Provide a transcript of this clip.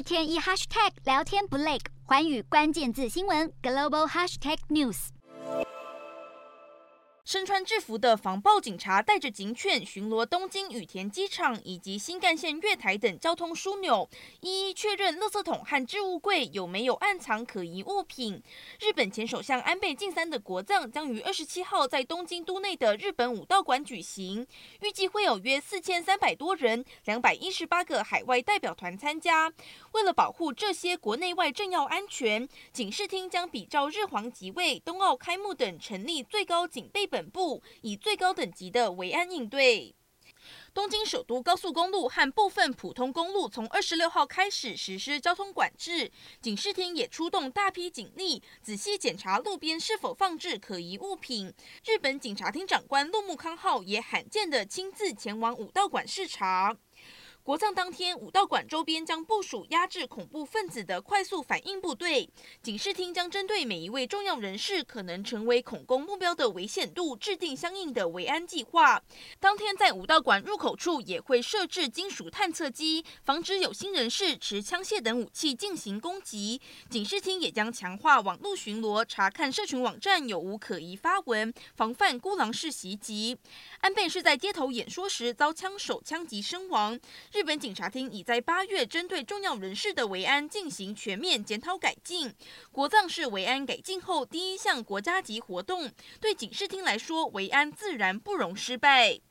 天一 hashtag 聊天不累，寰宇关键字新闻 global hashtag news。 身穿制服的防暴警察带着警犬巡逻东京羽田机场以及新干线月台等交通枢纽，一一确认垃圾桶和置物柜有没有暗藏可疑物品。日本前首相安倍晋三的国葬将于27号在东京都内的日本武道馆举行，预计会有约4300多人、218个海外代表团参加。为了保护这些国内外政要安全，警视厅将比照日皇即位、冬奥开幕等成立最高警备本部，以最高等级的维安应对。东京首都高速公路和部分普通公路从26号开始实施交通管制，警视厅也出动大批警力，仔细检查路边是否放置可疑物品。日本警察厅长官陆木康浩也罕见地亲自前往武道馆视察。国葬当天，武道馆周边将部署压制恐怖分子的快速反应部队。警视厅将针对每一位重要人士可能成为恐攻目标的危险度，制定相应的维安计划。当天在武道馆入口处也会设置金属探测机，防止有心人士持枪械等武器进行攻击。警视厅也将强化网络巡逻，查看社群网站有无可疑发文，防范孤狼式袭击。安倍是在街头演说时遭枪手枪击身亡。日本警察厅已在8月针对重要人士的维安进行全面检讨改进。国葬是维安改进后第一项国家级活动，对警视厅来说，维安自然不容失败。